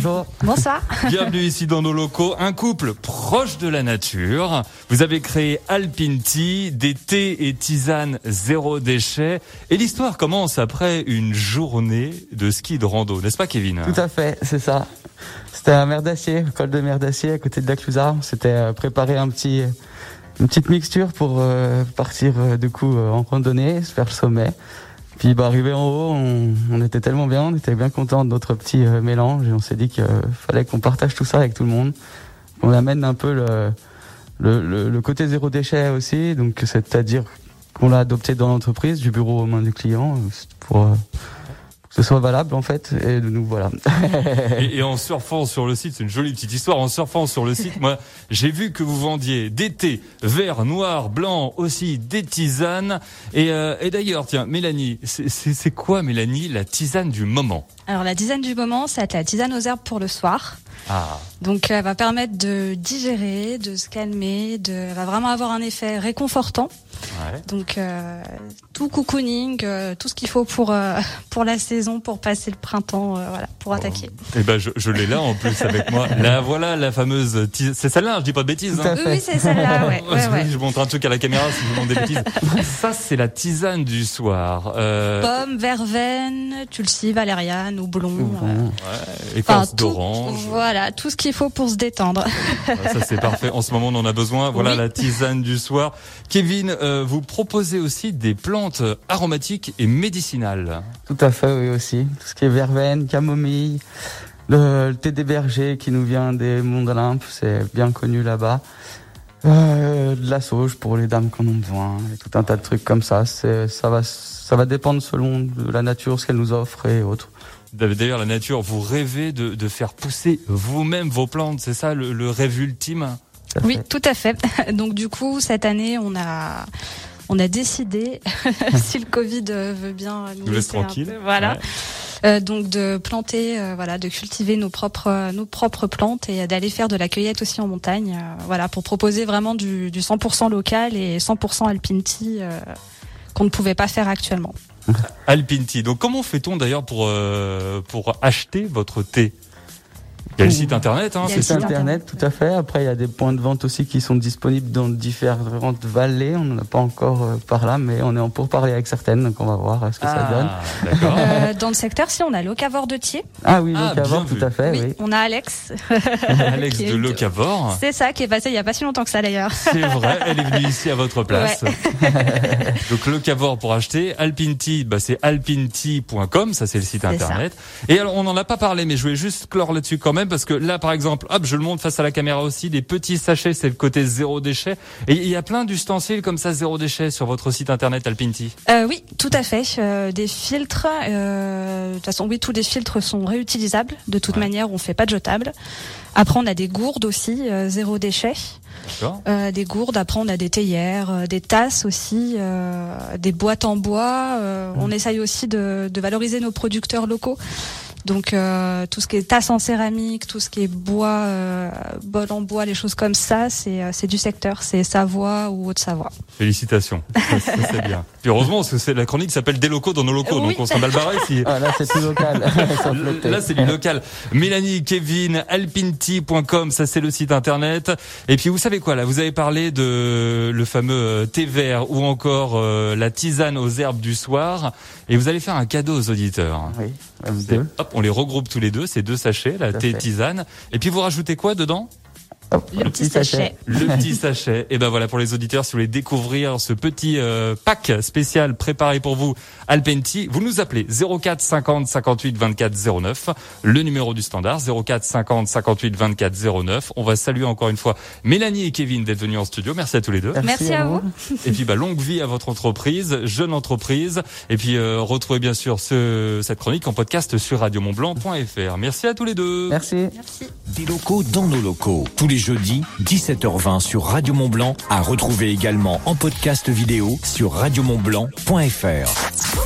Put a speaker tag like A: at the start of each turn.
A: Bonjour.
B: Bonsoir.
C: Bienvenue ici dans nos locaux. Un couple proche de la nature. Vous avez créé Alpine Tea, des thés et tisanes zéro déchet. Et l'histoire commence après une journée de ski de rando, n'est-ce pas Kevin ?
A: Tout à fait, c'est ça. C'était à Mer-d'Acier, col de Mer-d'Acier, à côté de Daclouzard. On s'était préparé une petite mixture pour partir en randonnée, se faire le sommet. Puis arrivé en haut, on était tellement bien, on était bien contents de notre petit mélange et on s'est dit qu'il fallait qu'on partage tout ça avec tout le monde. On amène un peu le côté zéro déchet aussi, donc c'est-à-dire qu'on l'a adopté dans l'entreprise, du bureau aux mains du client, pour que ce soit valable en fait, et nous voilà.
C: Et en surfant sur le site, c'est une jolie petite histoire, en surfant sur le site, moi j'ai vu que vous vendiez des thés vert, noir, blanc, aussi des tisanes. Et d'ailleurs, tiens, Mélanie, c'est quoi Mélanie, la tisane du moment ?
B: Alors la tisane du moment, ça va être la tisane aux herbes pour le soir.
C: Ah.
B: Donc elle va permettre de digérer, de se calmer, elle va vraiment avoir un effet réconfortant.
C: Ouais.
B: Donc tout cocooning, tout ce qu'il faut pour la saison, pour passer le printemps, pour attaquer.
C: Et ben je l'ai là en plus avec moi. Là voilà la fameuse tisane. C'est celle-là, je dis pas de bêtises. Hein.
B: Oui, c'est celle-là. Ouais.
C: Je montre un truc à la caméra si je vous demande des bêtises. Ça c'est la tisane du soir.
B: Pomme, verveine, tulsi, valériane, houblon.
C: Écorce d'orange.
B: Voilà, tout ce qu'il faut pour se détendre.
C: Ça c'est parfait. En ce moment on en a besoin. Voilà la tisane du soir. Kevin, vous proposez aussi des plantes aromatiques et médicinales.
A: Tout à fait, oui aussi. Tout ce qui est verveine, camomille, le thé des bergers qui nous vient des Monts d'Olympe, c'est bien connu là-bas. De la sauge pour les dames qui en ont besoin, et tout un tas de trucs comme ça. Ça va dépendre selon de la nature, ce qu'elle nous offre et autres.
C: D'ailleurs, la nature, vous rêvez de faire pousser vous-même vos plantes, c'est ça le rêve ultime ?
B: Oui, tout à fait. Donc du coup, cette année, on a décidé, si le Covid veut bien nous laisser tranquille, un peu, voilà. Ouais. Donc de planter, de cultiver nos propres plantes et d'aller faire de la cueillette aussi en montagne, pour proposer vraiment du 100% local et 100% Alpine Tea qu'on ne pouvait pas faire actuellement.
C: Alpine Tea. Donc comment fait-on d'ailleurs pour acheter votre thé ? Il y a le site internet,
A: Il y a le site internet, tout à fait. Après, il y a des points de vente aussi qui sont disponibles dans différentes vallées. On n'en a pas encore par là, mais on est en pourparlers avec certaines, donc on va voir ce que ça donne.
C: D'accord.
B: Dans le secteur, si on a Locavor de Thiers.
A: Ah oui, Locavor, tout à fait. Oui.
B: On a Alex.
C: Alex de Locavor.
B: C'est ça, qui est passé il y a pas si longtemps que ça d'ailleurs.
C: C'est vrai, elle est venue ici à votre place. Ouais. Donc Locavor pour acheter. Alpine Tea, c'est alpinetea.com, ça c'est le site internet. Ça. Et alors, on n'en a pas parlé, mais je voulais juste clore là-dessus quand même. Parce que là, par exemple, je le montre face à la caméra aussi, des petits sachets, c'est le côté zéro déchet. Et il y a plein d'ustensiles comme ça, zéro déchet, sur votre site internet Alpine Tea.
B: Oui, tout à fait. Des filtres, de toute façon, oui, tous les filtres sont réutilisables. De toute manière, on fait pas de jetables. Après, on a des gourdes aussi, zéro déchet.
C: D'accord.
B: Des gourdes, après on a des théières, des tasses aussi, des boîtes en bois. On essaye aussi de valoriser nos producteurs locaux. Donc tout ce qui est tasse en céramique, tout ce qui est bois, bol en bois, les choses comme ça, c'est du secteur, c'est Savoie ou Haute-Savoie.
C: Félicitations, ça c'est bien. Puis heureusement parce que c'est la chronique s'appelle Des locaux dans nos locaux, donc on sera mal barré si.
A: Ah là c'est tout local.
C: Là c'est du local. Mélanie, Kevin, alpinetea.com, ça c'est le site internet. Et puis vous savez quoi là, vous avez parlé de le fameux thé vert ou encore la tisane aux herbes du soir, et vous allez faire un cadeau aux auditeurs.
A: Oui.
C: Hop, on les regroupe tous les deux, ces deux sachets, la thé tisane. Et puis vous rajoutez quoi dedans ?
B: Le petit sachet.
C: Le petit sachet. Et ben voilà, pour les auditeurs, si vous voulez découvrir ce petit pack spécial préparé pour vous, Alpine Tea, vous nous appelez 04 50 58 24 09, le numéro du standard, 04 50 58 24 09. On va saluer encore une fois Mélanie et Kevin d'être venus en studio. Merci à tous les deux.
B: Merci à vous.
C: Et puis longue vie à votre entreprise, jeune entreprise. Et puis retrouvez bien sûr cette chronique en podcast sur radiomontblanc.fr. Merci à tous les deux.
A: Merci.
D: Des locaux dans nos locaux. Tous les jeudi, 17h20 sur Radio Mont Blanc, à retrouver également en podcast vidéo sur radiomontblanc.fr.